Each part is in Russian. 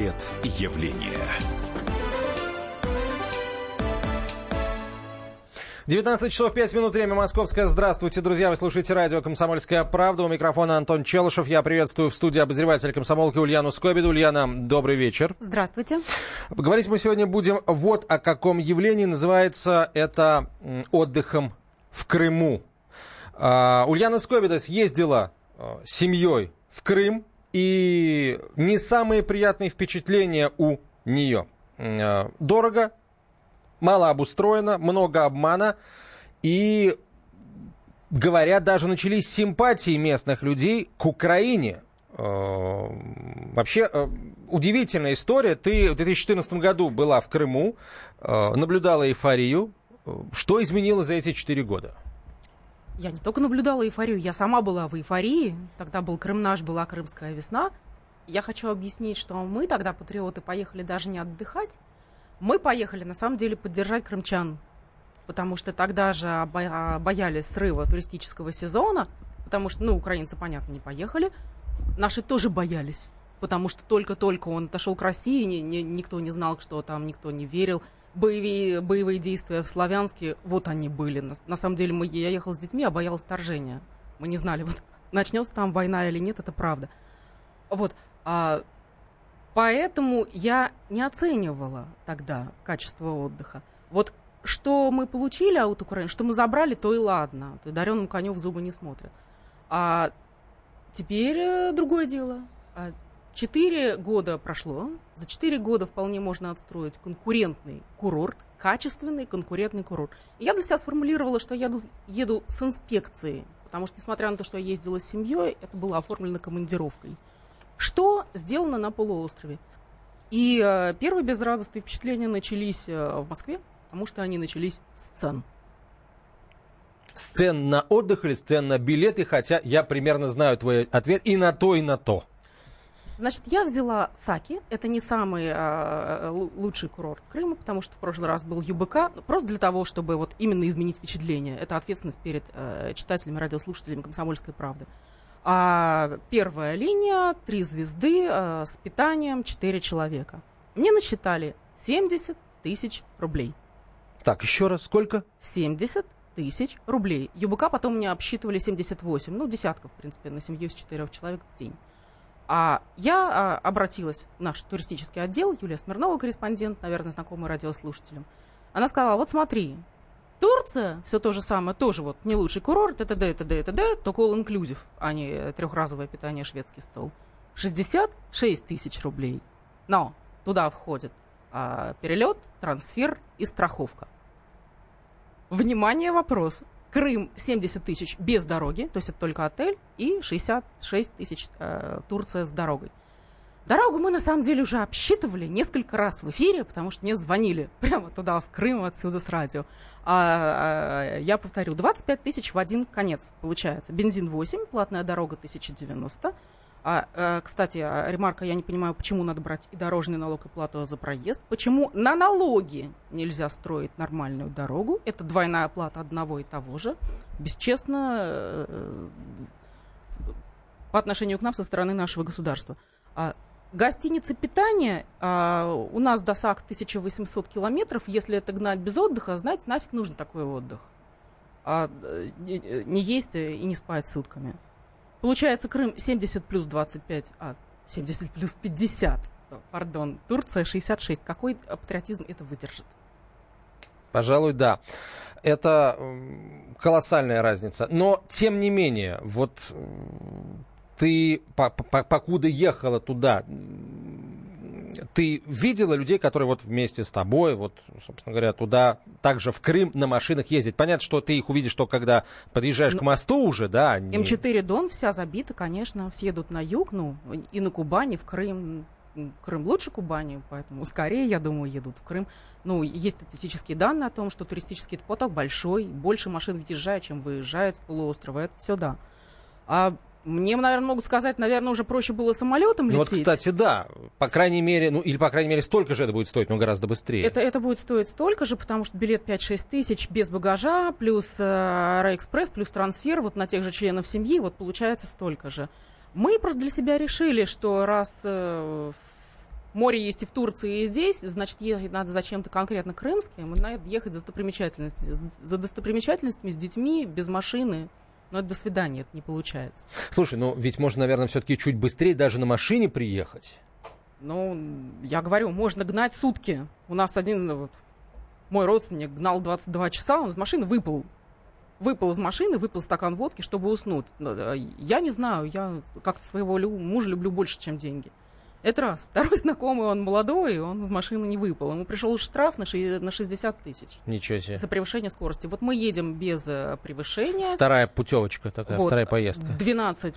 Билет явления. 19 часов 5 минут, время московское. Здравствуйте, друзья. Вы слушаете радио «Комсомольская правда». У микрофона Антон Челышев. Я приветствую в студии обозревателя «Комсомолки» Ульяну Скобиду. Ульяна, добрый вечер. Здравствуйте. Говорить мы сегодня будем вот о каком явлении. Называется это отдыхом в Крыму. Ульяна Скобида съездила с семьей в Крым. И не самые приятные впечатления у нее. Дорого. Мало обустроено, много обмана. И, говорят, даже начались симпатии местных людей к Украине. Вообще, удивительная история. Ты в 2014 году была в Крыму, наблюдала эйфорию. Что изменилось за эти 4 года? Я не только наблюдала эйфорию, я сама была в эйфории. Тогда был Крым наш, была Крымская весна. Я хочу объяснить, что мы тогда, патриоты, поехали даже не отдыхать. Мы поехали, на самом деле, поддержать крымчан, потому что тогда же боялись срыва туристического сезона, потому что, украинцы, понятно, не поехали. Наши тоже боялись, потому что только-только он отошел к России, никто не знал, что там, никто не верил. Боевые действия в Славянске, вот они были. На самом деле, я ехала с детьми, а боялась вторжения. Мы не знали, вот начнется там война или нет, это правда. Вот. Поэтому я не оценивала тогда качество отдыха. Вот что мы получили от Украины, что мы забрали, то и ладно. Дареному коню в зубы не смотрят. А теперь другое дело. 4 года прошло. За 4 года вполне можно отстроить конкурентный курорт, качественный конкурентный курорт. И я для себя сформулировала, что я еду с инспекцией, потому что, несмотря на то, что я ездила с семьей, это было оформлено командировкой. Что сделано на полуострове? И первые безрадостные впечатления начались в Москве, потому что они начались с цен. С цен на отдых или с цен на билеты? Хотя я примерно знаю твой ответ и на то, и на то. Значит, я взяла Саки. Это не самый лучший курорт Крыма, потому что в прошлый раз был ЮБК. Просто для того, чтобы вот именно изменить впечатление. Это ответственность перед читателями, радиослушателями «Комсомольской правды». Первая линия, 3 звезды, с питанием 4 человека. Мне насчитали 70 тысяч рублей. Так, еще раз, сколько? 70 тысяч рублей. ЮБК потом мне обсчитывали 78, десятков, в принципе, на семью из 4 человек в день. Я обратилась в наш туристический отдел, Юлия Смирнова, корреспондент, наверное, знакомый радиослушателям. Она сказала, вот смотри, Турция, все то же самое, тоже вот не лучший курорт, только all-inclusive, а не 3-разовое питание, шведский стол. 66 тысяч рублей. Но туда входит перелет, трансфер и страховка. Внимание, вопрос. Крым 70 тысяч без дороги, то есть это только отель, и 66 тысяч Турция с дорогой. Дорогу мы, на самом деле, уже обсчитывали несколько раз в эфире, потому что мне звонили прямо туда, в Крым, отсюда с радио. Я повторю, 25 тысяч в один конец получается. Бензин 8, платная дорога 1090. Кстати, ремарка, я не понимаю, почему надо брать и дорожный налог, и плату за проезд. Почему на налоги нельзя строить нормальную дорогу? Это двойная плата одного и того же. Бесчестно по отношению к нам со стороны нашего государства. Гостиницы питания у нас до САК 1800 километров. Если это гнать без отдыха, знаете, нафиг нужен такой отдых? Не есть и не спать сутками. Получается, Крым 70 плюс 25, 70 плюс 50, пардон, Турция 66. Какой патриотизм это выдержит? Пожалуй, да. Это колоссальная разница. Но, тем не менее, вот ты, покуда ехала туда, ты видела людей, которые вот вместе с тобой, вот, собственно говоря, туда, также в Крым на машинах ездить? Понятно, что ты их увидишь только когда подъезжаешь к мосту уже, да? М4 Дон вся забита, конечно, все едут на юг, и на Кубани, в Крым. Крым лучше Кубани, поэтому скорее, я думаю, едут в Крым. Есть статистические данные о том, что туристический поток большой, больше машин въезжает, чем выезжает с полуострова, это все да. Мне, наверное, могут сказать, наверное, уже проще было самолетом лететь. Вот, кстати, да. По крайней мере, столько же это будет стоить, но гораздо быстрее. Это будет стоить столько же, потому что билет 5-6 тысяч без багажа, плюс Аэроэкспресс, плюс трансфер вот на тех же членов семьи, вот получается столько же. Мы просто для себя решили, что раз море есть и в Турции, и здесь, значит, ехать надо зачем-то конкретно крымским, надо ехать за достопримечательностями с детьми, без машины. Но это до свидания, это не получается. Слушай, ну ведь можно, наверное, все-таки чуть быстрее даже на машине приехать. Ну, я говорю, можно гнать сутки. У нас один мой родственник гнал 22 часа, он из машины выпал. Выпал из машины, выпил стакан водки, чтобы уснуть. Я не знаю, я как-то своего мужа люблю больше, чем деньги. Это раз. Второй знакомый, он молодой, он из машины не выпал. Ему пришел штраф на 60 тысяч. Ничего себе. За превышение скорости. Вот мы едем без превышения. Вторая путевочка такая, вот, вторая поездка. 12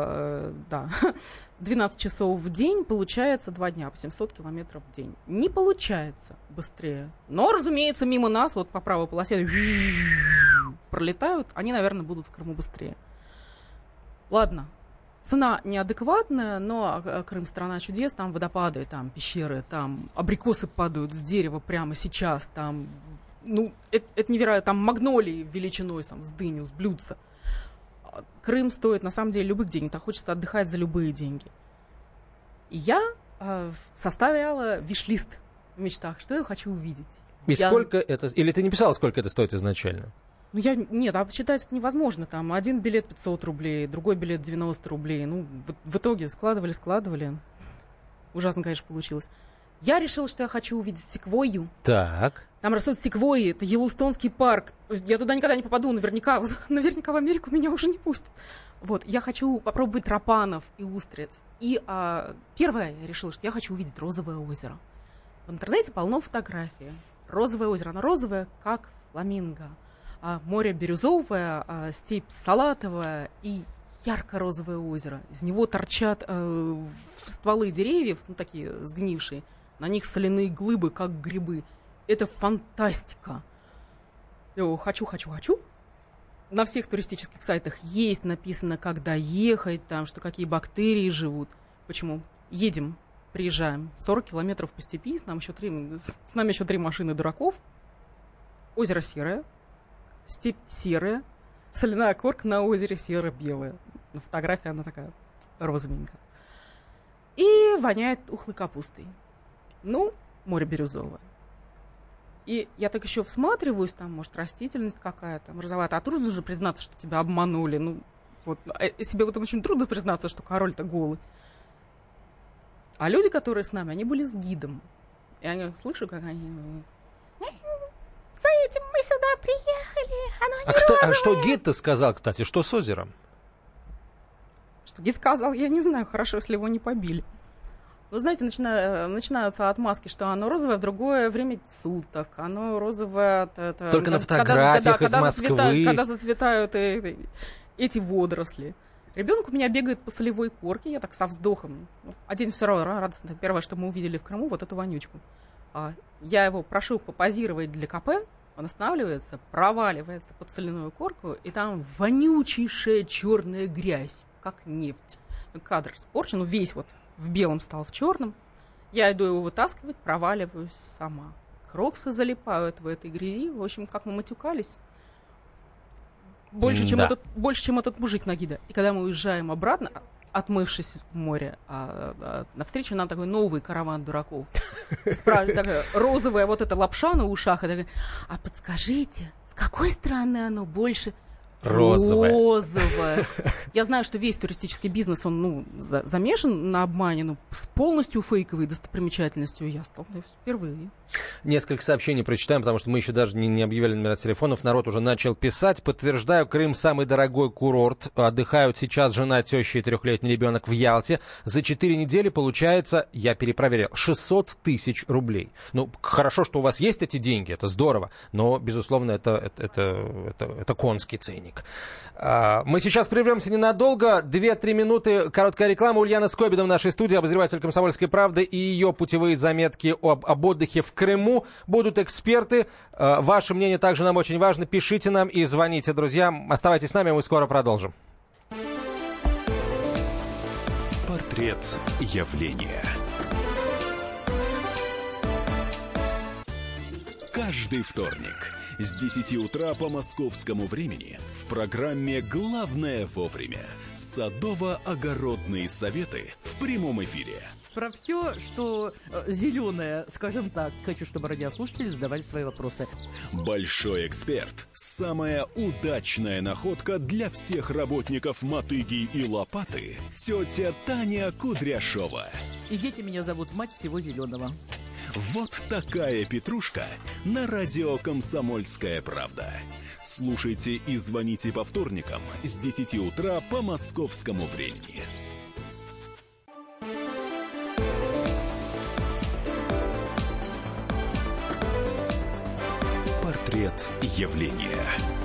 часов в день, получается 2 дня, по 700 километров в день. Не получается быстрее. Но, разумеется, мимо нас, вот по правой полосе пролетают, они, наверное, будут в Крыму быстрее. Ладно. Цена неадекватная, но Крым — страна чудес, там водопады, там пещеры, там абрикосы падают с дерева прямо сейчас, там, ну, это невероятно, там магнолии величиной, там, с дыню, с блюдца. Крым стоит, на самом деле, любых денег, так хочется отдыхать за любые деньги. И я составляла виш-лист в мечтах, что я хочу увидеть. И сколько это, или ты не писала, сколько это стоит изначально? Ну, нет, считать это невозможно. Там один билет 500 рублей, другой билет 90 рублей. Ну, в итоге складывали. Ужасно, конечно, получилось. Я решила, что я хочу увидеть секвойю. Так. Там растут секвойи, это Йеллоустонский парк. Я туда никогда не попаду, наверняка. Наверняка в Америку меня уже не пустят. Вот, я хочу попробовать рапанов и устриц. И первое, я решила, что я хочу увидеть розовое озеро. В интернете полно фотографий. Розовое озеро, оно розовое, как фламинго. Море бирюзовое, степь салатовая и ярко-розовое озеро. Из него торчат стволы деревьев, ну, такие сгнившие. На них соляные глыбы, как грибы. Это фантастика. Хочу. На всех туристических сайтах есть написано, когда ехать, там, что какие бактерии живут. Почему? Едем, приезжаем. 40 километров по степи, с нами еще 3 машины дураков. Озеро серое. Степь серая, соляная корка на озере серо-белая. На фотографии она такая розовенькая. И воняет тухлой капустой. Ну, море бирюзовое. И я так еще всматриваюсь, там, может, растительность какая-то розоватая. А трудно же признаться, что тебя обманули. Ну, вот, себе в этом очень трудно признаться, что король-то голый. А люди, которые с нами, они были с гидом. И я слышу, как они... За этим мы сюда приехали, оно не розовое. А что гид-то сказал, кстати, что с озером? Что гид сказал, я не знаю, хорошо, если его не побили. Вы знаете, начинаются отмазки, что оно розовое в другое время суток, оно розовое... Только на фотографиях из Москвы. Когда зацветают эти водоросли. Ребенок у меня бегает по солевой корке, я так со вздохом. Один все равно радостно. Первое, что мы увидели в Крыму, вот эту вонючку. Я его прошу попозировать для КП, он останавливается, проваливается под соляную корку, и там вонючейшая черная грязь, как нефть. Кадр испорчен, весь вот в белом стал в черном. Я иду его вытаскивать, проваливаюсь сама. Кроксы залипают в этой грязи. В общем, как мы матюкались. Больше, чем этот мужик на гида. И когда мы уезжаем обратно, отмывшись в море, навстречу нам такой новый караван дураков. Такая розовая вот эта лапша на ушах. И такая, подскажите, с какой стороны оно больше... Розовое. Я знаю, что весь туристический бизнес, он замешан на обмане, с полностью фейковой достопримечательностью я столкнулась впервые. Несколько сообщений прочитаем, потому что мы еще даже не объявляли номера телефонов. Народ уже начал писать. Подтверждаю, Крым самый дорогой курорт. Отдыхают сейчас жена, теща и 3-летний ребенок в Ялте. За 4 недели получается, я перепроверял, 600 тысяч рублей. Ну, хорошо, что у вас есть эти деньги, это здорово. Но, безусловно, это конский ценник. Мы сейчас прервемся ненадолго. 2-3 минуты. Короткая реклама. Ульяна Скобида в нашей студии, обозреватель «Комсомольской правды», и ее путевые заметки об отдыхе в Крыму. Будут эксперты. Ваше мнение также нам очень важно. Пишите нам и звоните, друзья. Оставайтесь с нами, мы скоро продолжим. Портрет явления. Каждый вторник с 10 утра по московскому времени в программе «Главное вовремя» садово-огородные советы в прямом эфире. про все, что зеленое, скажем так. Хочу, чтобы радиослушатели задавали свои вопросы. Большой эксперт. Самая удачная находка для всех работников «Мотыги» и «Лопаты» — тетя Таня Кудряшова. И дети меня зовут мать всего зеленого. Вот такая петрушка на радио «Комсомольская правда». Слушайте и звоните по вторникам с 10 утра по московскому времени. Портрет явления.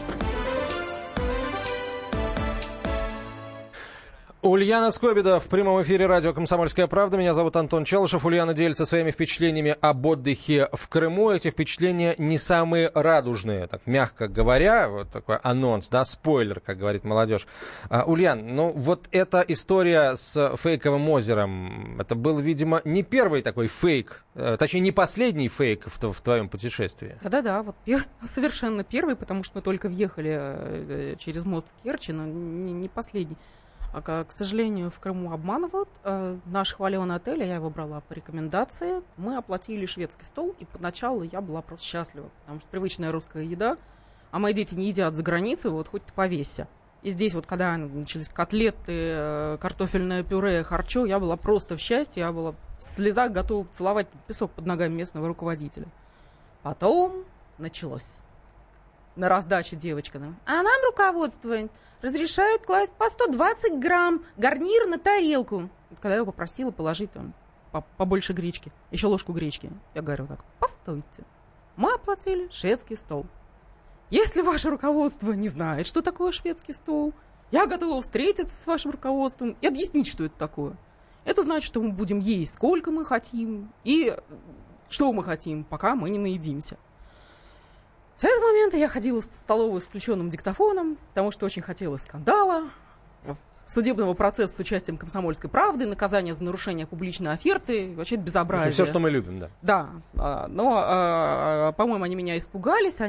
Ульяна Скобида в прямом эфире радио «Комсомольская правда». Меня зовут Антон Челышев. Ульяна делится своими впечатлениями об отдыхе в Крыму. Эти впечатления не самые радужные, так мягко говоря. Вот такой анонс, да, спойлер, как говорит молодежь. Ульян, ну вот эта история с фейковым озером, это был, видимо, не первый такой фейк, точнее, не последний фейк в твоем путешествии. Да-да-да, вот совершенно первый, потому что мы только въехали через мост в Керчь, но не последний. К сожалению, в Крыму обманывают. Наш хваленый отель, я его брала по рекомендации. Мы оплатили шведский стол, и поначалу я была просто счастлива, потому что привычная русская еда, а мои дети не едят за границей, вот хоть ты повесься. И здесь вот, когда начались котлеты, картофельное пюре, харчо, я была просто в счастье, я была в слезах готова целовать песок под ногами местного руководителя. Потом началось. На раздаче девочка. А нам руководство разрешает класть по 120 грамм гарнир на тарелку. Когда я его попросила положить там побольше гречки, еще ложку гречки, я говорю так: постойте, мы оплатили шведский стол. Если ваше руководство не знает, что такое шведский стол, я готова встретиться с вашим руководством и объяснить, что это такое. Это значит, что мы будем есть сколько мы хотим и что мы хотим, пока мы не наедимся. С этого момента я ходила в столовую с включенным диктофоном, потому что очень хотела скандала, судебного процесса с участием «Комсомольской правды», наказания за нарушение публичной оферты, вообще это безобразие. Все, что мы любим, да. Да, но, по-моему, они меня испугались,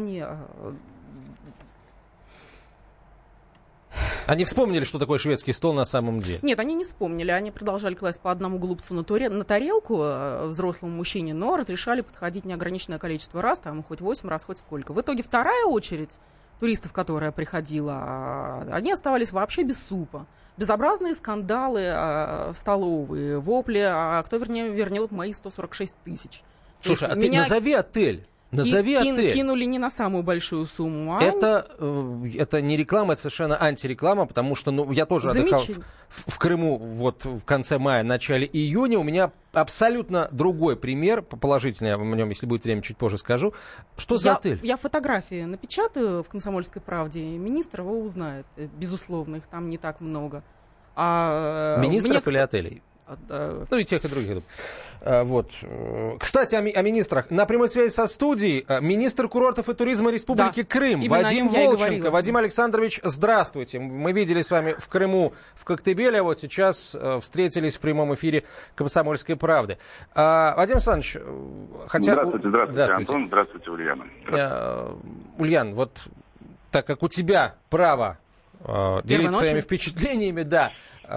Они вспомнили, что такое шведский стол на самом деле. Нет, они не вспомнили. Они продолжали класть по одному голубцу на тарелку взрослому мужчине, но разрешали подходить неограниченное количество раз, там хоть 8 раз, хоть сколько. В итоге вторая очередь туристов, которая приходила, они оставались вообще без супа. Безобразные скандалы в столовые, вопли, кто вернет мои 146 тысяч. Слушай, ты назови отель. Назови отель. Кинули не на самую большую сумму. Это не реклама, это совершенно антиреклама, потому что я тоже отдыхал в Крыму вот в конце мая, начале июня. У меня абсолютно другой пример, положительный, я о нем, если будет время, чуть позже скажу. Что за отель? Я фотографии напечатаю в «Комсомольской правде», и министр его узнает, безусловно, их там не так много. Министров или отелей? Ну и тех, и других. Вот. Кстати, о министрах. На прямой связи со студией министр курортов и туризма Республики Крым Вадим Волченко. Вадим Александрович, здравствуйте. Мы видели с вами в Крыму в Коктебеле, а вот сейчас встретились в прямом эфире «Комсомольской правды». Вадим Александрович, Здравствуйте, Антон, здравствуйте, Ульяна. Ульян, вот так как у тебя право делиться своими впечатлениями, да,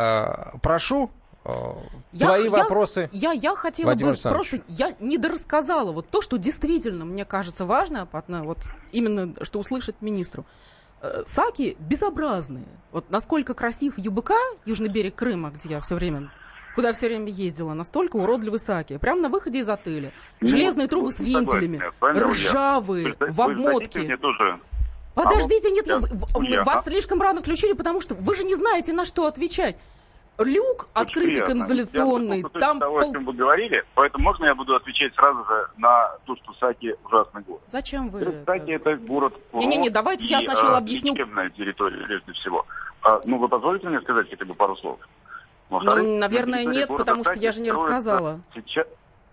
прошу. Твои вопросы. Я хотела бы просто, я недорассказала вот то, что действительно мне кажется важно, вот именно что услышать министру. Саки безобразные. Вот насколько красив ЮБК, Южный берег Крыма, где я куда я все время ездила, настолько уродливы саки. Прямо на выходе из отеля. Железные трубы с вентилями, ржавые, в обмотке. Подождите, нет, вас слишком рано включили, потому что вы же не знаете, на что отвечать. Люк открытый, канализационный. Там того, о чем вы говорили, поэтому можно я буду отвечать сразу же на то, что Саки ужасный город. Зачем вы? Саки это город. Не, давайте я сначала объясню. Территория, прежде всего. Вы позволите мне сказать хотя бы пару слов? Наверное, нет, потому что я же не рассказала. Сейчас.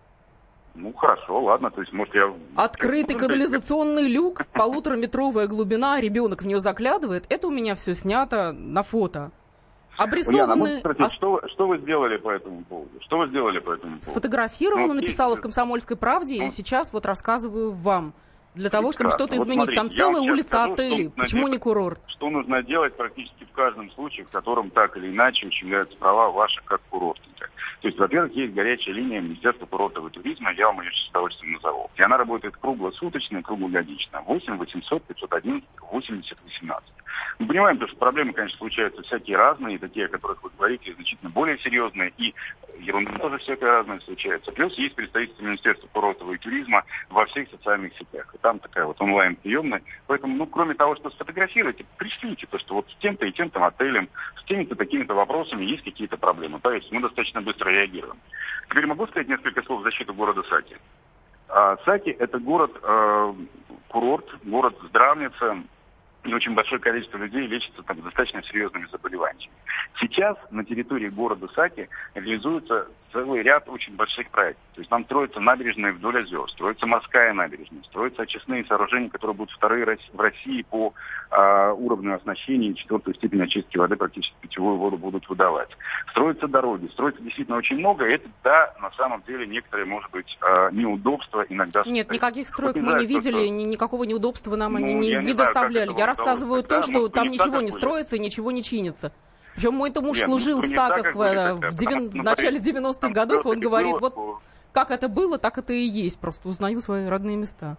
Хорошо, ладно, то есть, может, я... Открытый канализационный люк, 1,5-метровая глубина, ребенок в нее заглядывает. Это у меня все снято на фото. Обрисованные... Что вы сделали по этому поводу? Сфотографировала, написала в «Комсомольской правде», и сейчас вот рассказываю вам. Для того, чтобы что-то изменить. Там целая улица отелей. Почему не курорт? Что нужно делать практически в каждом случае, в котором так или иначе ущемляются права ваши как курортника. То есть, во-первых, есть горячая линия Министерства курортов и туризма, я вам ее с удовольствием назову. И она работает круглосуточно и круглогодично. 8 800 511 80 18. Мы понимаем, что проблемы, конечно, случаются всякие разные, и такие, о которых вы говорите, значительно более серьезные, и ерунда тоже всякая разная случается. Плюс есть представители Министерства курортов и туризма во всех социальных сетях. И там такая вот онлайн-приемная. Поэтому, кроме того, что сфотографируйте, пришлите, то, что вот с тем-то и тем-то отелем, с теми-то такими-то вопросами есть какие-то проблемы. То есть мы достаточно быстро реагируем. Теперь могу сказать несколько слов в защиту города Саки. Саки – это город-курорт, город-здравница, и очень большое количество людей лечится там достаточно серьезными заболеваниями. Сейчас на территории города Саки реализуется целый ряд очень больших проектов. То есть там строятся набережные вдоль озер, строится морская набережная, строятся очистные сооружения, которые будут вторые в России по уровню оснащения и 4-ю степень очистки воды, практически питьевую воду будут выдавать. Строятся дороги, строится действительно очень много. И это, да, на самом деле некоторые, может быть, неудобства иногда. Нет, никаких строек мы не видели, никакого неудобства нам они не доставляли. Я рассказываю то, что там ничего не строится и ничего не чинится. Причем мой-то муж служил в Саках в начале 90-х годов, он говорит, вот как это было, так это и есть. Просто узнаю свои родные места.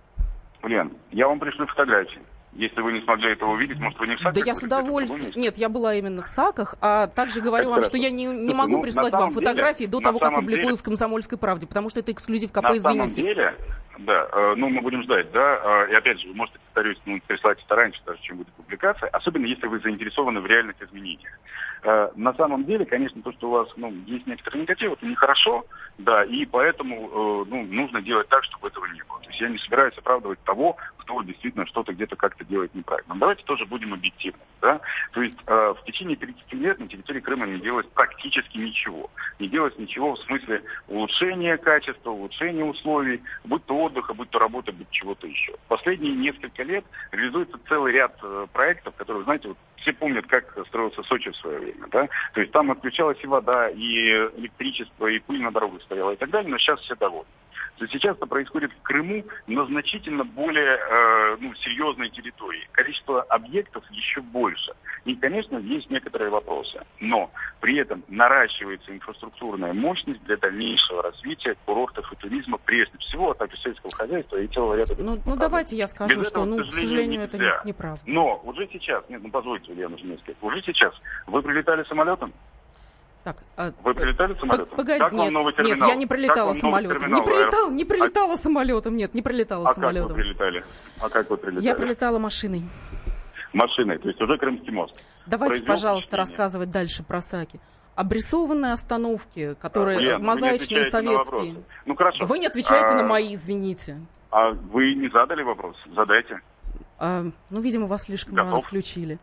Лен, я вам пришлю фотографии. Если вы не смогли этого увидеть, может, вы не в Саках? Да я с удовольствием. Нет, я была именно в Саках, а также говорю вам, что я не могу прислать вам фотографии до того, как публикую в «Комсомольской правде», потому что это эксклюзив КП, извините. На самом деле, да, мы будем ждать, да, и опять же, вы можете, повторюсь, прислать это раньше, даже чем будет публикация, особенно если вы заинтересованы в реальных изменениях. На самом деле, конечно, то, что у вас есть некоторые негативы, это нехорошо, да, и поэтому нужно делать так, чтобы этого не было. То есть я не собираюсь оправдывать того, кто действительно что-то где-то как-то делает неправильно. Но давайте тоже будем объективны, да. То есть в течение 30 лет на территории Крыма не делалось практически ничего. Не делалось ничего в смысле улучшения качества, улучшения условий, будь то отдыха, будь то работа, будь чего-то еще. Последние несколько лет реализуется целый ряд проектов, которые, знаете, вот все помнят, как строился Сочи в свое время, да? То есть там отключалась и вода, и электричество, и пыль на дорогах стояла и так далее, но сейчас все довольны. То есть сейчас это происходит в Крыму на значительно более серьезной территории. Количество объектов еще больше. И, конечно, есть некоторые вопросы. Но при этом наращивается инфраструктурная мощность для дальнейшего развития курортов и туризма, прежде всего, а также сельского хозяйства и целого ряда... давайте я скажу, что, к сожалению, это неправда. Но уже сейчас, позвольте, Ульяна Жмецкая, уже сейчас вы прилетали самолетом? Так, вы прилетали самолетом? Погоди, как вам новый терминал? Нет, я не прилетала самолетом. Не прилетала самолетом, нет, не прилетала самолетом. Как вы прилетали? Как вы прилетали? Я прилетала машиной. Машиной, то есть уже Крымский мост. Давайте, пожалуйста, рассказывать дальше про Саки. Обрисованные остановки, которые мозаичные, советские. Хорошо. Вы не отвечаете на мои, извините. А вы не задали вопрос? Задайте. Видимо, вас слишком рано включили.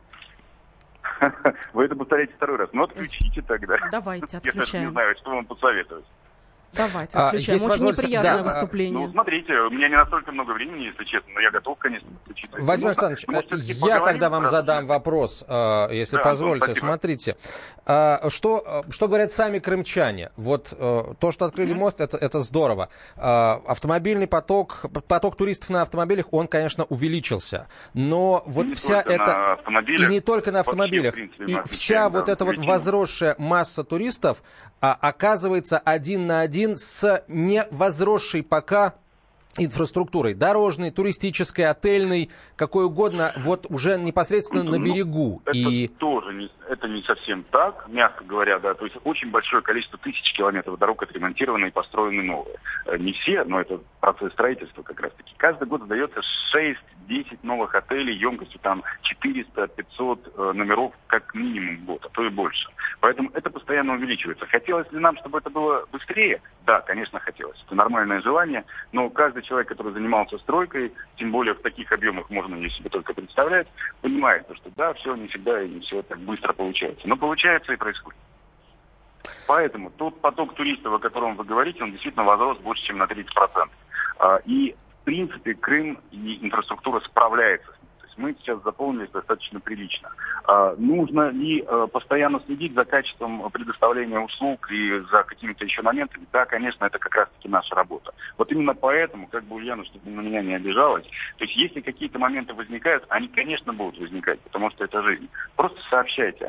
Вы это повторяете второй раз. Отключите тогда. Давайте, отключаем. Я даже не знаю, что вам посоветовать. Давайте, отключаем. Очень неприятное выступление. Смотрите, у меня не настолько много времени, если честно, но я готов, конечно, подключиться. Владимир Александрович, я тогда вам задам вопрос, если позволите. Смотрите, что говорят сами крымчане? Вот то, что открыли мост, это здорово. Автомобильный поток туристов на автомобилях, он, конечно, увеличился. Но вот вся эта... И не только на автомобилях. И вся вот эта вот возросшая масса туристов оказывается один на один с невозросшей пока инфраструктурой. Дорожной, туристической, отельной, какой угодно, вот уже непосредственно на берегу. Это не совсем так, мягко говоря, да. То есть очень большое количество тысяч километров дорог отремонтированы и построены новые. Не все, но это процесс строительства как раз-таки. Каждый год сдается 6-10 новых отелей емкостью там 400-500 номеров как минимум в год, а то и больше. Поэтому это постоянно увеличивается. Хотелось ли нам, чтобы это было быстрее? Да, конечно, хотелось. Это нормальное желание, но каждый человек, который занимался стройкой, тем более в таких объемах можно ее себе только представлять, понимает, что да, все не всегда и не все так быстро получается. Но получается и происходит. Поэтому тот поток туристов, о котором вы говорите, он действительно возрос больше, чем на 30%. И, в принципе, Крым и инфраструктура справляется с ним. То есть мы сейчас заполнились достаточно прилично. Нужно ли постоянно следить за качеством предоставления услуг и за какими-то еще моментами? Да, конечно, это как раз-таки наша работа. Вот именно поэтому, как бы Ульяна, чтобы на меня не обижалась, то есть если какие-то моменты возникают, они, конечно, будут возникать, потому что это жизнь. Просто сообщайте о них.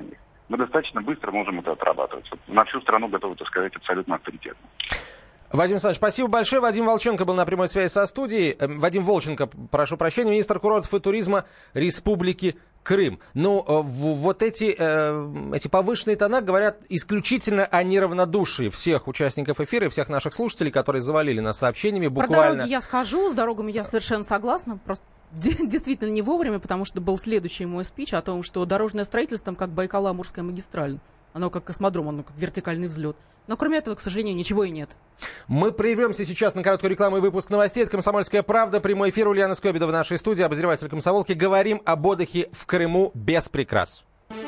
мы достаточно быстро можем это отрабатывать. Вот на всю страну готовы это сказать абсолютно авторитетно. Вадим Александрович, спасибо большое. Вадим Волченко был на прямой связи со студией. Вадим Волченко, прошу прощения, министр курортов и туризма Республики Крым. Ну, вот эти повышенные тона говорят исключительно о неравнодушии всех участников эфира и всех наших слушателей, которые завалили нас сообщениями буквально. Про дороги я скажу, с дорогами я совершенно согласна, просто действительно не вовремя, потому что был следующий мой спич о том, что дорожное строительство, там, как Байкало-Амурская магистраль, оно как космодром, оно как вертикальный взлет. Но кроме этого, к сожалению, ничего и нет. Мы прервемся сейчас на короткую рекламу и выпуск новостей. Это «Комсомольская правда». Прямой эфир. Ульяна Скобида в нашей студии, обозреватель «Комсомолки». Говорим об отдыхе в Крыму без прикрас.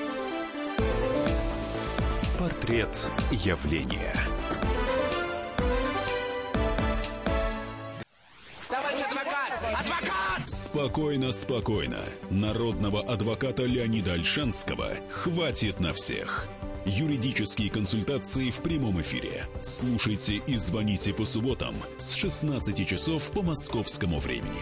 Портрет явления. Товарищ адвокат! Адвокат! Спокойно, спокойно. Народного адвоката Леонида Ольшанского хватит на всех. Юридические консультации в прямом эфире. Слушайте и звоните по субботам с 16 часов по московскому времени.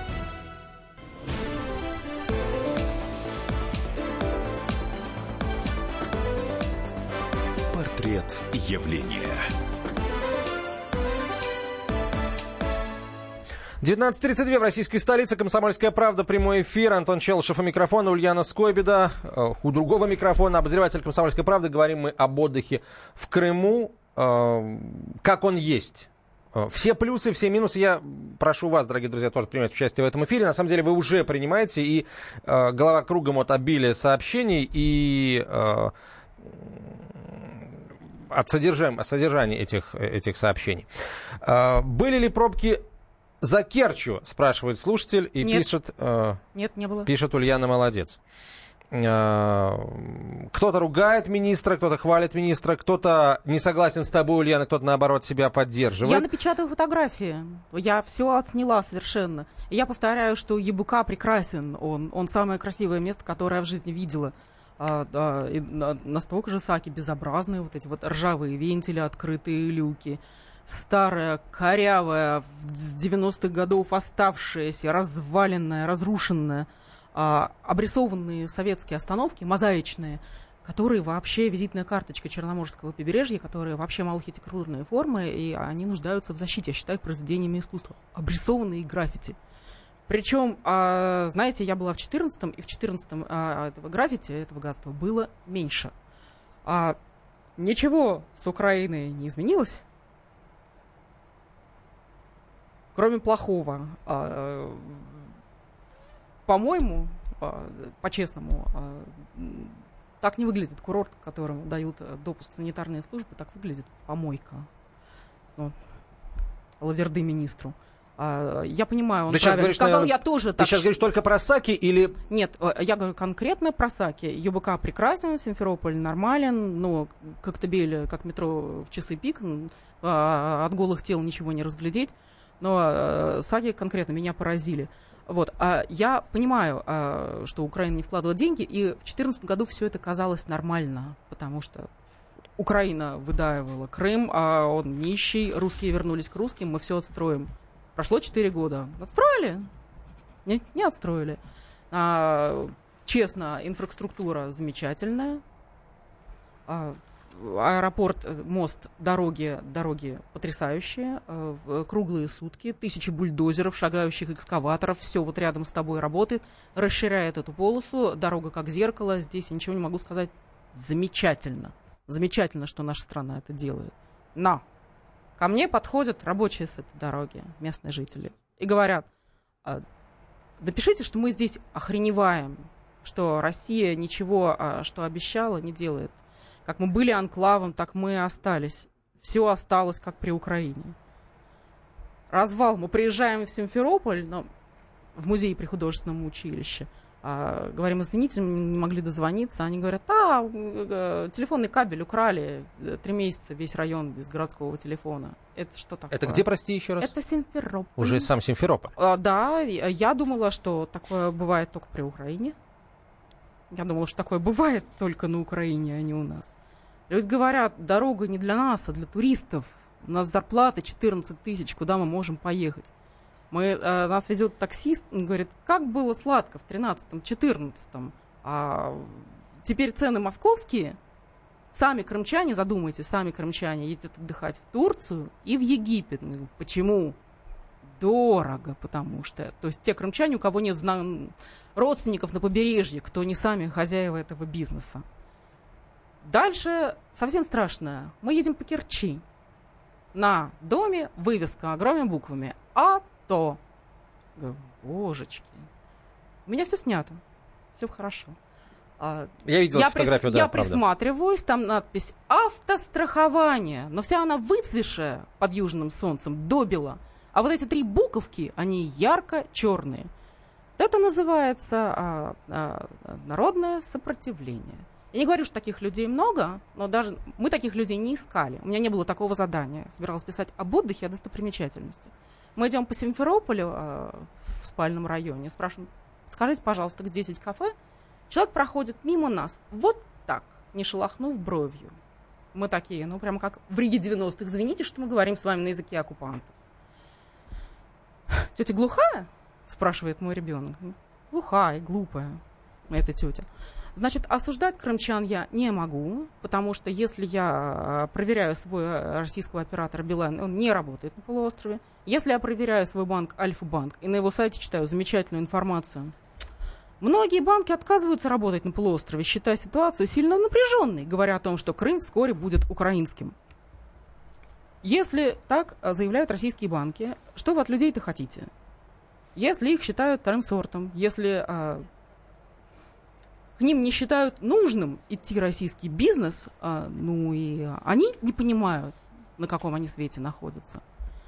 Портрет явления. 19:32 в российской столице. «Комсомольская правда». Прямой эфир. Антон Челышев у микрофона. Ульяна Скобида у другого микрофона. Обозреватель «Комсомольской правды». Говорим мы об отдыхе в Крыму. Как он есть. Все плюсы, все минусы. Я прошу вас, дорогие друзья, тоже принять участие в этом эфире. На самом деле вы уже принимаете. И голова кругом от обилия сообщений и от содержания этих сообщений. Были ли пробки за Керчью, спрашивает слушатель, и Нет. пишет... Нет, не было. Пишет Ульяна, молодец. Кто-то ругает министра, кто-то хвалит министра, кто-то не согласен с тобой, Ульяна, кто-то, наоборот, себя поддерживает. Я напечатаю фотографии. Я все отсняла совершенно. Я повторяю, что ЕБК прекрасен. Он самое красивое место, которое я в жизни видела. И настолько же саки безобразные, вот эти вот ржавые вентили, открытые люки. Старая, корявая, с 90-х годов оставшаяся, разваленная, разрушенная, обрисованные советские остановки, мозаичные, которые вообще визитная карточка Черноморского побережья, которые вообще малоархитектурные формы, и они нуждаются в защите. Я считаю их произведениями искусства. Обрисованные граффити. Причем, знаете, я была в 14-м, и в 14-м этого граффити, этого гадства было меньше. Ничего с Украиной не изменилось. Кроме плохого, по-моему, по-честному, так не выглядит курорт, которому дают допуск санитарные службы, так выглядит помойка. Лаверды министру. Я понимаю, он правильно сказал, наверное, я тоже так... Ты сейчас говоришь только про Саки или... Нет, я говорю конкретно про Саки. ЮБК прекрасен, Симферополь нормален, но Коктебель, как метро в часы пик, от голых тел ничего не разглядеть. Но Саки конкретно меня поразили. Вот. Я понимаю, что Украина не вкладывала деньги, и в 2014 году все это казалось нормально, потому что Украина выдаивала Крым, а он нищий, русские вернулись к русским, мы все отстроим. Прошло 4 года. Отстроили? Не отстроили. Честно, инфраструктура замечательная. Аэропорт, мост, дороги потрясающие, круглые сутки, тысячи бульдозеров, шагающих экскаваторов, все вот рядом с тобой работает, расширяет эту полосу, дорога как зеркало, здесь я ничего не могу сказать, замечательно, замечательно, что наша страна это делает. Но ко мне подходят рабочие с этой дороги, местные жители, и говорят, напишите, что мы здесь охреневаем, что Россия ничего, что обещала, не делает. Как мы были анклавом, так мы и остались. Все осталось, как при Украине. Развал. Мы приезжаем в Симферополь, в музей при художественном училище. Говорим, извините, не могли дозвониться. Они говорят, телефонный кабель украли. 3 месяца весь район без городского телефона. Это что такое? Это где, прости, еще раз? Это Симферополь. Уже сам Симферополь. Да, я думала, что такое бывает только при Украине. Я думала, что такое бывает только на Украине, а не у нас. Люди говорят, дорога не для нас, а для туристов. У нас зарплата 14 тысяч, куда мы можем поехать? Нас везет таксист, он говорит, как было сладко в 13-м, 14-м. теперь цены московские, сами крымчане, задумайтесь, сами крымчане ездят отдыхать в Турцию и в Египет. Почему? Дорого, потому что... То есть те крымчане, у кого нет родственников на побережье, кто не сами хозяева этого бизнеса. Дальше совсем страшное. Мы едем по Керчи. На доме вывеска огромными буквами «АТО». Говорю, божечки. У меня все снято. Все хорошо. Я видел эту фотографию, да, я правда. присматриваюсь, там надпись «Автострахование». Но вся она выцветшая под южным солнцем, добела. А вот эти 3 буковки, они ярко-черные. Это называется народное сопротивление. Я не говорю, что таких людей много, но даже мы таких людей не искали. У меня не было такого задания. Собиралась писать об отдыхе, о достопримечательности. Мы идем по Симферополю в спальном районе, спрашиваем, скажите, пожалуйста, где здесь кафе? Человек проходит мимо нас, вот так, не шелохнув бровью. Мы такие, прямо как в Риге 90-х. Извините, что мы говорим с вами на языке оккупантов. Тетя глухая? Спрашивает мой ребенок. Глухая, глупая эта тетя. Значит, осуждать крымчан я не могу, потому что если я проверяю свой российского оператора Билайн, он не работает на полуострове. Если я проверяю свой банк Альфа-банк и на его сайте читаю замечательную информацию, многие банки отказываются работать на полуострове, считая ситуацию сильно напряженной, говоря о том, что Крым вскоре будет украинским. Если так заявляют российские банки, что вы от людей-то хотите? Если их считают вторым сортом, если к ним не считают нужным идти российский бизнес, и они не понимают, на каком они свете находятся.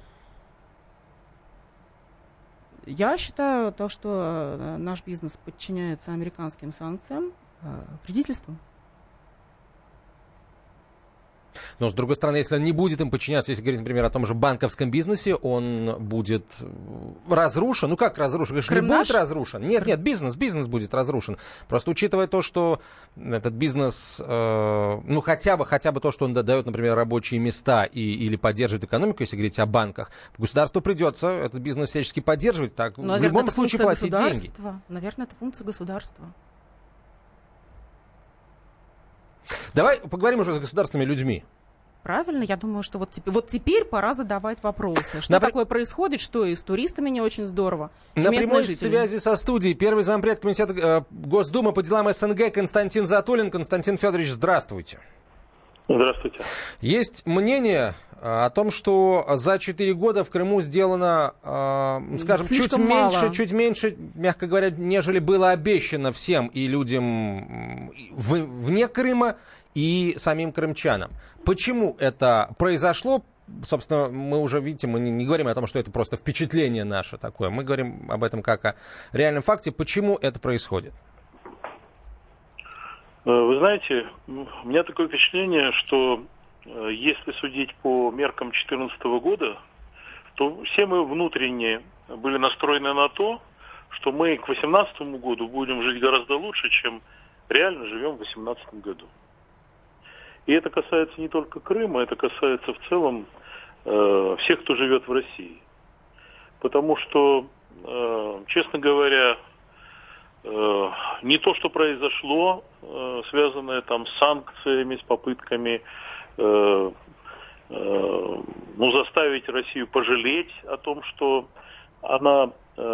Я считаю то, что наш бизнес подчиняется американским санкциям, вредительством. Но, с другой стороны, если он не будет им подчиняться, если говорить, например, о том же банковском бизнесе, он будет разрушен. Ну, как разрушен? Конечно, не будет разрушен. Нет, бизнес будет разрушен. Просто учитывая то, что этот бизнес, хотя бы то, что он дает, например, рабочие места или поддерживает экономику, если говорить о банках, государству придется этот бизнес всячески поддерживать, так, в любом случае платить деньги. Наверное, это функция государства. Давай поговорим уже с государственными людьми. Правильно, я думаю, что вот теперь пора задавать вопросы. Что такое происходит, что и с туристами не очень здорово. На прямой связи со студией первый зампред комитета Госдумы по делам СНГ Константин Затулин. Константин Федорович, здравствуйте. Здравствуйте. Есть мнение о том, что за 4 года в Крыму сделано, скажем, чуть меньше, мягко говоря, нежели было обещано всем и людям вне Крыма, и самим крымчанам. Почему это произошло? Собственно, мы уже, видите, мы не говорим о том, что это просто впечатление наше такое. Мы говорим об этом как о реальном факте. Почему это происходит? Вы знаете, у меня такое впечатление, что если судить по меркам 2014 года, то все мы внутренне были настроены на то, что мы к 2018 году будем жить гораздо лучше, чем реально живем в 2018 году. И это касается не только Крыма, это касается в целом всех, кто живет в России. Потому что, честно говоря, не то, что произошло, связанное там с санкциями, с попытками заставить Россию пожалеть о том, что она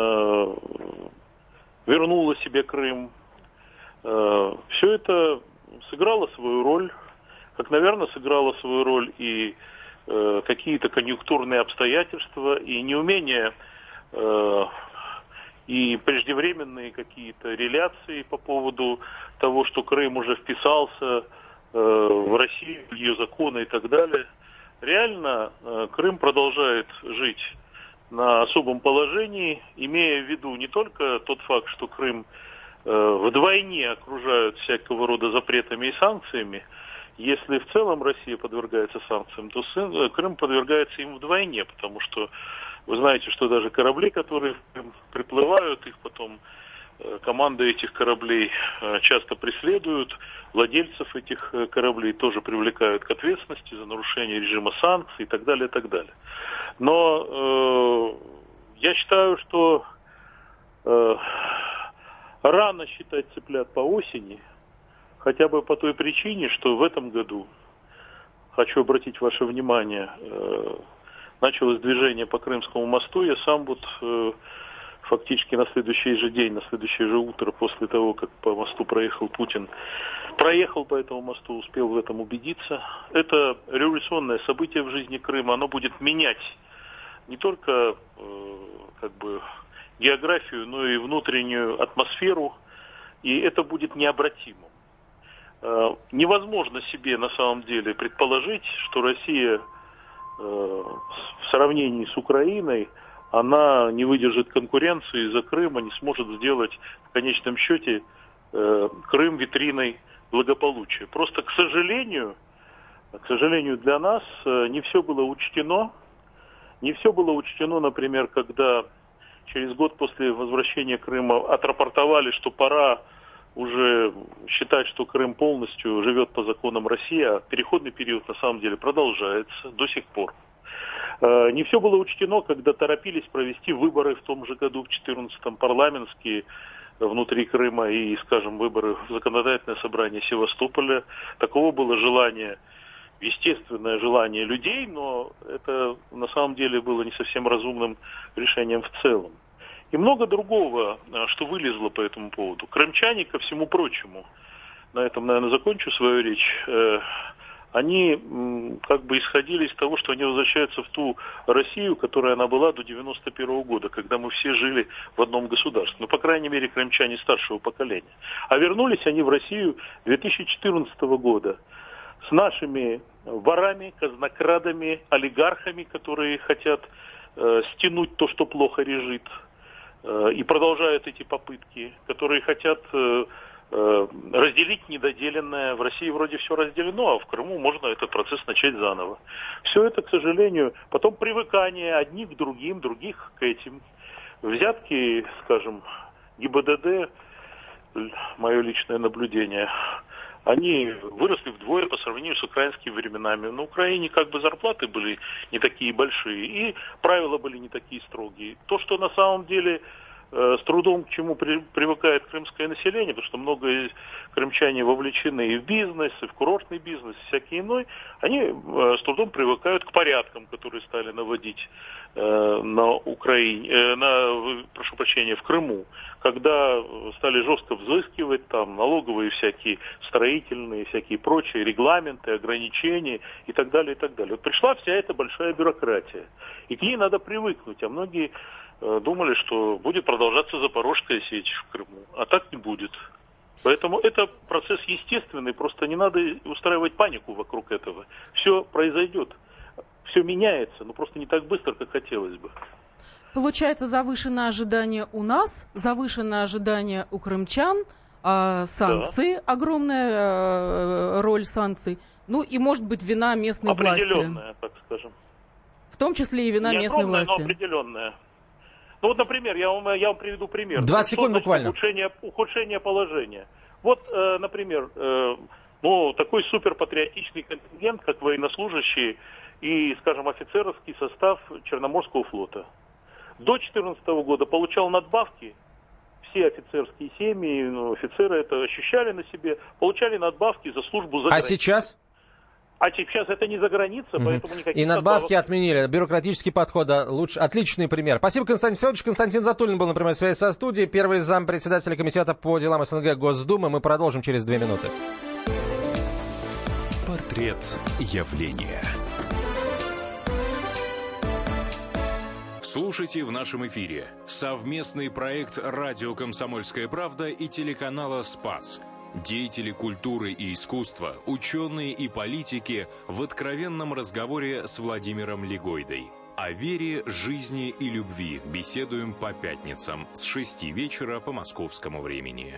вернула себе Крым. Все это сыграло свою роль, как, наверное, сыграло свою роль и какие-то конъюнктурные обстоятельства, и неумение, и преждевременные какие-то реляции по поводу того, что Крым уже вписался в Россию, в ее законы и так далее. Реально Крым продолжает жить на особом положении, имея в виду не только тот факт, что Крым вдвойне окружают всякого рода запретами и санкциями. Если в целом Россия подвергается санкциям, то Крым подвергается им вдвойне, потому что вы знаете, что даже корабли, которые приплывают, их потом команды этих кораблей часто преследуют, владельцев этих кораблей тоже привлекают к ответственности за нарушение режима санкций и так далее, и так далее. Но я считаю, что рано считать цыплят по осени, хотя бы по той причине, что в этом году, хочу обратить ваше внимание, началось движение по Крымскому мосту. Я сам фактически на следующий же день, на следующее же утро, после того, как по мосту проехал Путин, проехал по этому мосту, успел в этом убедиться. Это революционное событие в жизни Крыма. Оно будет менять не только географию, но и внутреннюю атмосферу, и это будет необратимо. Невозможно себе на самом деле предположить, что Россия в сравнении с Украиной, она не выдержит конкуренции из-за Крыма, не сможет сделать в конечном счете Крым витриной благополучия. Просто, к сожалению для нас не все было учтено. Не все было учтено, например, когда через год после возвращения Крыма отрапортовали, что пора уже считать, что Крым полностью живет по законам России, а переходный период на самом деле продолжается до сих пор. Не все было учтено, когда торопились провести выборы в том же году, в 2014-м, парламентские внутри Крыма и, скажем, выборы в законодательное собрание Севастополя. Такого было желание, естественное желание людей, но это на самом деле было не совсем разумным решением в целом. И много другого, что вылезло по этому поводу. Крымчане, ко всему прочему, на этом, наверное, закончу свою речь, они исходили из того, что они возвращаются в ту Россию, которая она была до 91 года, когда мы все жили в одном государстве. Ну, по крайней мере, крымчане старшего поколения. А вернулись они в Россию 2014 года с нашими ворами, казнокрадами, олигархами, которые хотят стянуть то, что плохо лежит, и продолжают эти попытки, которые хотят разделить недоделенное. В России вроде все разделено, а в Крыму можно этот процесс начать заново. Все это, к сожалению, потом привыкание одних к другим, других к этим. Взятки, скажем, ГИБДД, мое личное наблюдение, они выросли вдвое по сравнению с украинскими временами. На Украине зарплаты были не такие большие, и правила были не такие строгие. То, что на самом деле с трудом к чему привыкает крымское население, потому что много крымчане вовлечены и в бизнес, и в курортный бизнес, и всякий иной, они с трудом привыкают к порядкам, которые стали наводить на Украине, в Крыму, когда стали жестко взыскивать там налоговые всякие, строительные, всякие прочие регламенты, ограничения и так далее, и так далее. Вот пришла вся эта большая бюрократия, и к ней надо привыкнуть, а многие думали, что будет продолжаться Запорожская сечь в Крыму, а так не будет. Поэтому это процесс естественный, просто не надо устраивать панику вокруг этого. Все произойдет, все меняется, но просто не так быстро, как хотелось бы. Получается, завышенное ожидание у нас, завышенное ожидание у крымчан, санкции, да. Огромная роль санкций, ну и, может быть, вина местной власти. Определенная, так скажем. В том числе и вина не местной власти. Но определенная. Ну вот, например, я вам приведу пример. 20 секунд буквально. Ухудшение положения. Вот, например, такой суперпатриотичный контингент, как военнослужащие и, скажем, офицерский состав Черноморского флота. До 2014 года получал надбавки, все офицерские семьи, офицеры это ощущали на себе, получали надбавки за службу за границей. А сейчас? А сейчас это не за границей, поэтому никаких И надбавки отменили. Бюрократический подход, отличный пример. Спасибо, Константин Федорович. Константин Затулин был на прямой связи со студией. Первый зампредседателя комитета по делам СНГ Госдумы. Мы продолжим через 2 минуты. Портрет явления. Слушайте в нашем эфире совместный проект «Радио Комсомольская правда» и телеканала «Спас». Деятели культуры и искусства, ученые и политики в откровенном разговоре с Владимиром Легойдой. О вере, жизни и любви беседуем по пятницам с 6 вечера по московскому времени.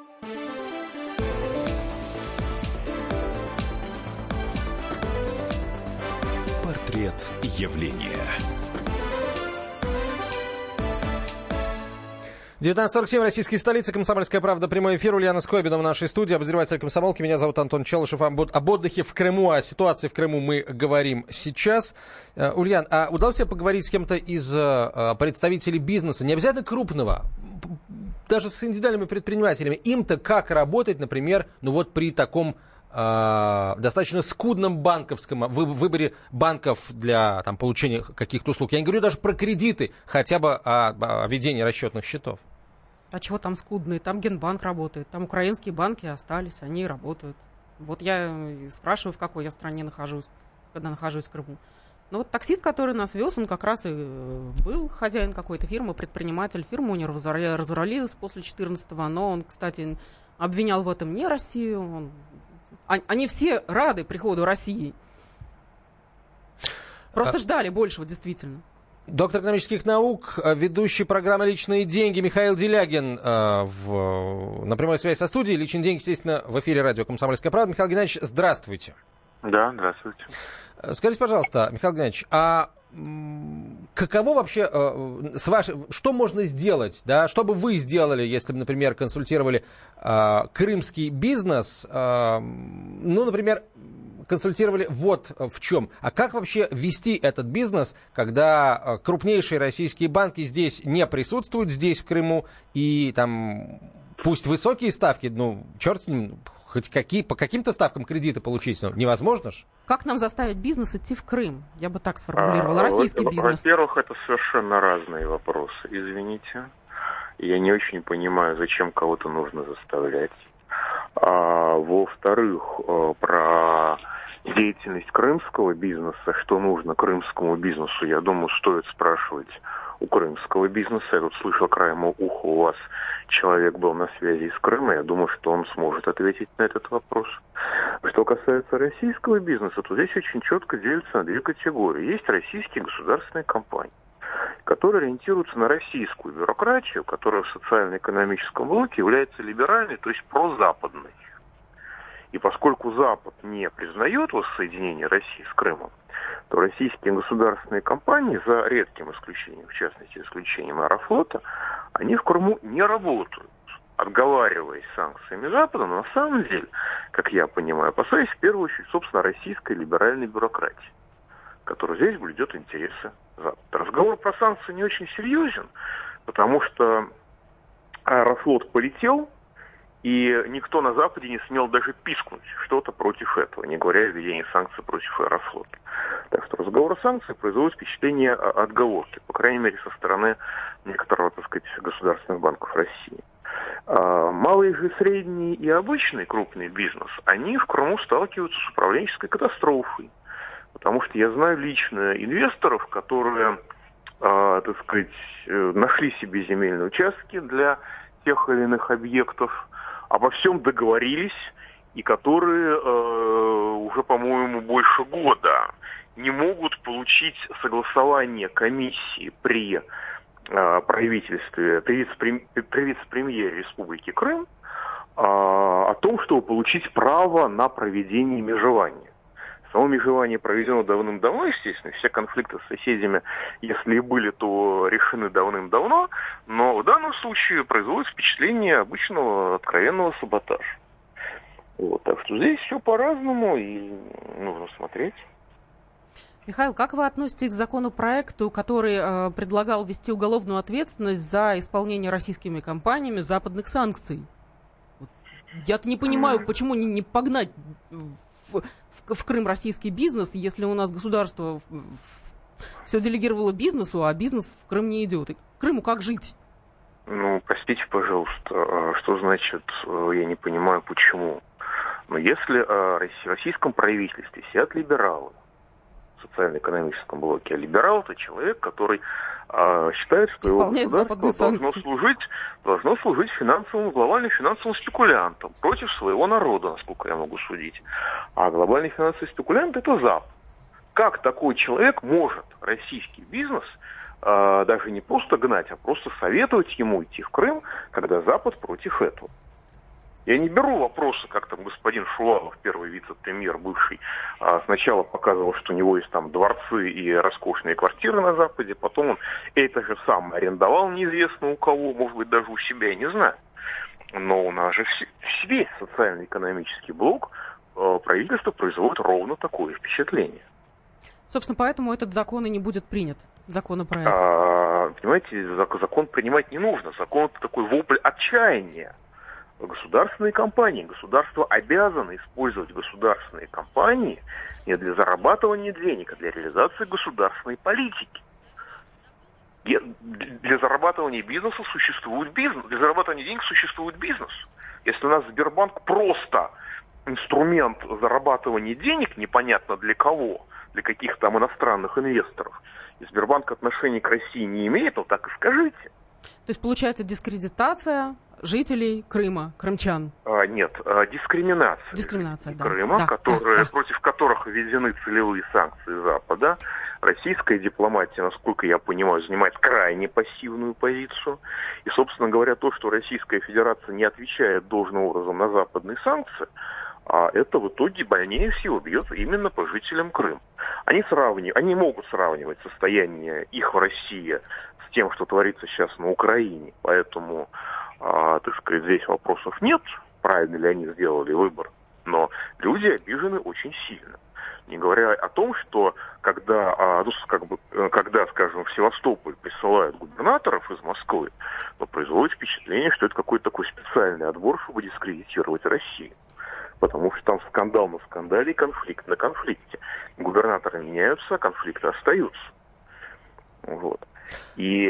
Портрет явления. 19:47, российская столица, «Комсомольская правда», прямой эфир. Ульяна Скобина в нашей студии, обозреватель «Комсомолки». Меня зовут Антон Челышев. Об отдыхе в Крыму, о ситуации в Крыму мы говорим сейчас. Ульян, а удалось тебе поговорить с кем-то из представителей бизнеса, не обязательно крупного, даже с индивидуальными предпринимателями? Им-то как работать, например, при таком достаточно скудном банковском выборе банков для получения каких-то услуг. Я не говорю даже про кредиты, хотя бы о ведении расчетных счетов. А чего там скудные? Там Генбанк работает, там украинские банки остались, они работают. Вот я спрашиваю, в какой я стране нахожусь, когда нахожусь в Крыму. Ну вот таксист, который нас вез, он как раз и был хозяин какой-то фирмы, предприниматель. Фирма у него разоралилась после 14-го, но он, кстати, обвинял в этом не Россию, они все рады приходу России. Просто ждали большего, действительно. Доктор экономических наук, ведущий программы «Личные деньги» Михаил Делягин на прямой связи со студией. «Личные деньги», естественно, в эфире радио «Комсомольская правда». Михаил Геннадьевич, здравствуйте. Да, здравствуйте. Скажите, пожалуйста, Михаил Геннадьевич, а каково вообще, что можно сделать, да, что бы вы сделали, если бы, например, консультировали крымский бизнес, например, консультировали вот в чем. А как вообще вести этот бизнес, когда крупнейшие российские банки здесь не присутствуют, здесь, в Крыму, и там пусть высокие ставки, черт с ним, хоть по каким-то ставкам кредиты получить, невозможно же. Как нам заставить бизнес идти в Крым? Я бы так сформулировала. Российский бизнес. Во-первых, это совершенно разные вопросы. Извините. Я не очень понимаю, зачем кого-то нужно заставлять. Во-вторых, про деятельность крымского бизнеса, что нужно крымскому бизнесу, я думаю, стоит спрашивать у крымского бизнеса. Я тут слышал краем уха, у вас человек был на связи из Крыма. Я думаю, что он сможет ответить на этот вопрос. Что касается российского бизнеса, то здесь очень четко делится на две категории. Есть российские государственные компании, которые ориентируются на российскую бюрократию, которая в социально-экономическом блоке является либеральной, то есть прозападной. И поскольку Запад не признает воссоединение России с Крымом, то российские государственные компании, за редким исключением, в частности, исключением Аэрофлота, они в Крыму не работают, отговариваясь санкциями Запада, но на самом деле, как я понимаю, опасаясь в первую очередь, собственно, российской либеральной бюрократии, которая здесь блюдет интересы Запада. Разговор про санкции не очень серьезен, потому что Аэрофлот полетел, и никто на Западе не смел даже пискнуть что-то против этого, не говоря о введении санкций против Аэрофлота. Так что разговор о санкциях производит впечатление отговорки, по крайней мере, со стороны некоторых, государственных банков России. Малый же, средний и обычный крупный бизнес, они в Крыму сталкиваются с управленческой катастрофой. Потому что я знаю лично инвесторов, которые, нашли себе земельные участки для тех или иных объектов, обо всем договорились, и которые уже, по-моему, больше года не могут получить согласование комиссии при правительстве, при вице-премьере Республики Крым о том, чтобы получить право на проведение межевания. Само межевание проведено давным-давно, естественно, все конфликты с соседями, если и были, то решены давным-давно, но в данном случае производит впечатление обычного откровенного саботажа. Вот, так что здесь все по-разному, и нужно смотреть. Михаил, как вы относитесь к законопроекту, который предлагал ввести уголовную ответственность за исполнение российскими компаниями западных санкций? Я-то не понимаю, почему не погнать в Крым российский бизнес, если у нас государство все делегировало бизнесу, а бизнес в Крым не идет. И к Крыму как жить? Простите, пожалуйста, что значит, я не понимаю, почему. Но если в российском правительстве сидят либералы в социально-экономическом блоке, а либерал — это человек, который считает, что его государство должно служить глобальным финансовым спекулянтом против своего народа, насколько я могу судить. А глобальный финансовый спекулянт — это Запад. Как такой человек может российский бизнес даже не просто гнать, а просто советовать ему идти в Крым, когда Запад против этого? Я не беру вопросы, как там господин Шувалов, первый вице-премьер бывший, сначала показывал, что у него есть там дворцы и роскошные квартиры на Западе, потом он это же сам арендовал неизвестно у кого, может быть, даже у себя, я не знаю. Но у нас же весь социально-экономический блок правительство производит ровно такое впечатление. Собственно, поэтому этот закон и не будет принят, законопроект. Понимаете, закон принимать не нужно. Закон — это такой вопль отчаяния. Государственные компании, государство обязано использовать государственные компании не для зарабатывания денег, а для реализации государственной политики. Для зарабатывания бизнеса существует бизнес, для зарабатывания денег существует бизнес. Если у нас Сбербанк просто инструмент зарабатывания денег, непонятно для кого, для каких там иностранных инвесторов, и Сбербанк отношения к России не имеет, ну так и скажите. То есть получается дискредитация жителей Крыма, крымчан? Нет, дискриминация Крыма, да. Против которых введены целевые санкции Запада. Российская дипломатия, насколько я понимаю, занимает крайне пассивную позицию. И, собственно говоря, то, что Российская Федерация не отвечает должным образом на западные санкции, это в итоге больнее всего бьет именно по жителям Крыма. Они могут сравнивать состояние их в России с тем, что творится сейчас на Украине. Поэтому, так сказать, здесь вопросов нет, правильно ли они сделали выбор. Но люди обижены очень сильно. Не говоря о том, что когда, скажем, в Севастополь присылают губернаторов из Москвы, то производит впечатление, что это какой-то такой специальный отбор, чтобы дискредитировать Россию. Потому что там скандал на скандале и конфликт на конфликте. Губернаторы меняются, а конфликты остаются. Вот. И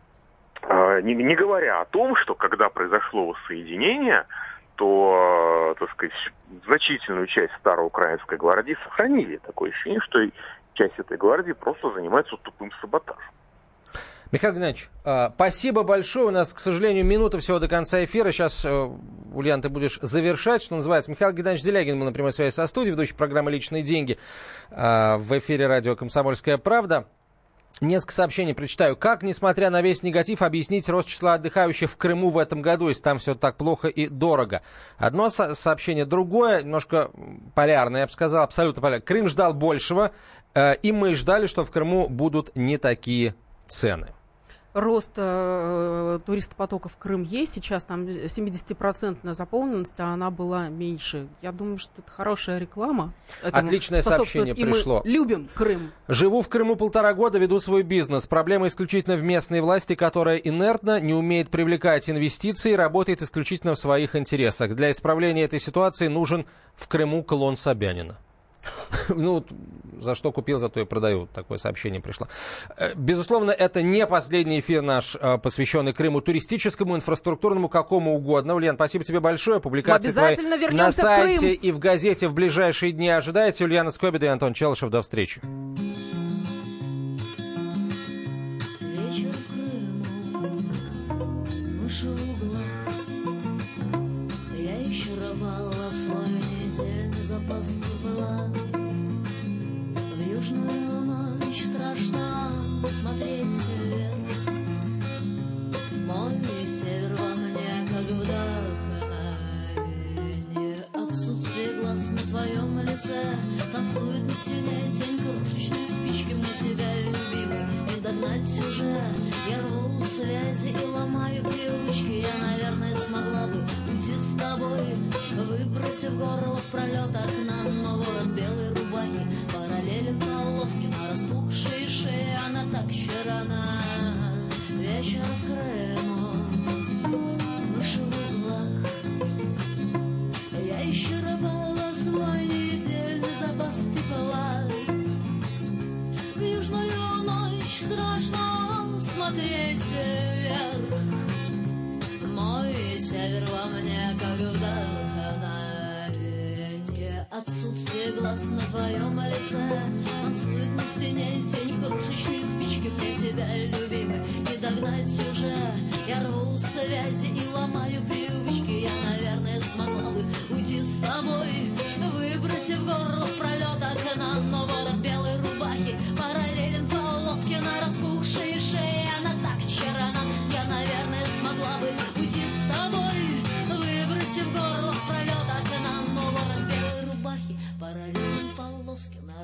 не говоря о том, что когда произошло воссоединение, то, так сказать, значительную часть старой украинской гвардии сохранили. Такое ощущение, что часть этой гвардии просто занимается тупым саботажем. Михаил Геннадьевич, спасибо большое. У нас, к сожалению, минута всего до конца эфира. Сейчас, Ульяна, ты будешь завершать, что называется. Михаил Геннадьевич Делягин был на прямой связи со студией, ведущий программы «Личные деньги» в эфире радио «Комсомольская правда». Несколько сообщений прочитаю. Как, несмотря на весь негатив, объяснить рост числа отдыхающих в Крыму в этом году, если там все так плохо и дорого? Одно сообщение, другое, немножко полярное, я бы сказал, абсолютно полярное. Крым ждал большего, и мы ждали, что в Крыму будут не такие цены. Рост туристопотока в Крым есть. Сейчас там 70% заполненность, а она была меньше. Я думаю, что это хорошая реклама. Отличное сообщение пришло. Мы любим Крым. Живу в Крыму 1,5 года, веду свой бизнес. Проблема исключительно в местной власти, которая инертна, не умеет привлекать инвестиции и работает исключительно в своих интересах. Для исправления этой ситуации нужен в Крыму клон Собянина. Ну, за что купил, зато и продаю. Такое сообщение пришло. Безусловно, это не последний эфир наш, посвященный Крыму, туристическому, инфраструктурному, какому угодно. Ульяна, спасибо тебе большое. Публикации твои на сайте и в газете в ближайшие дни ожидайте. Ульяна Скобида и Антон Челышев. До встречи. Вечер в Крыму, мыши в углах. Я еще рвала свой недельный запас тепла. В южную ночь страшно смотреть вверх. Мой север во мне, как вдохновение. Отсутствие глаз на твоем лице. Танцует на стене тень крошечной спички. Мне тебя, любимый, не догнать уже. Я рву связи и ломаю привычки. Я, наверное, смогла бы уйти с тобой, выбросив горло в пролет окна. Но ворот белой рубахи параллелен полоски на распухшей шее. Она так черна. Вечер в Крыму, мыши в углах. Я еще рвала свой недельный запас тепла. В южную ночь страшно смотреть вверх. Мой север во мне, как вдохновение. Отсутствие глаз на твоем лице. Танцует на стене тень крошечной спички. Мне тебя, любимый, не догнать уже. Я рву связи и ломаю привычки. Я, наверное, смогла бы уйти с тобой, выбросив горло в пролет окна. Но ворот белой рубахи параллелен полоски на распухшей шее. Она так черна. Я, наверное, смогла бы уйти с тобой, выбросив горло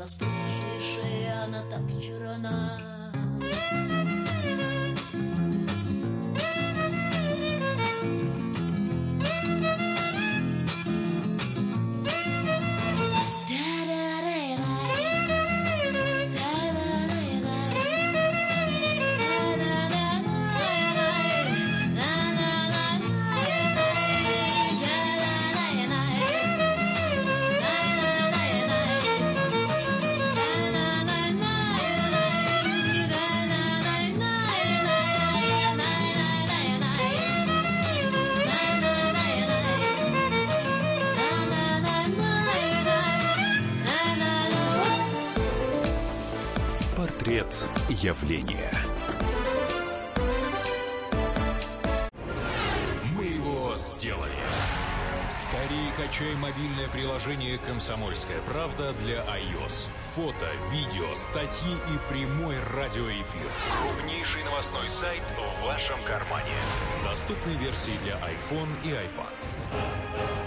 распухшая шея, она так черна. Портрет явления. Мы его сделали. Скорее качай мобильное приложение «Комсомольская правда» для iOS. Фото, видео, статьи и прямой радиоэфир. Крупнейший новостной сайт в вашем кармане. Доступны версии для iPhone и iPad.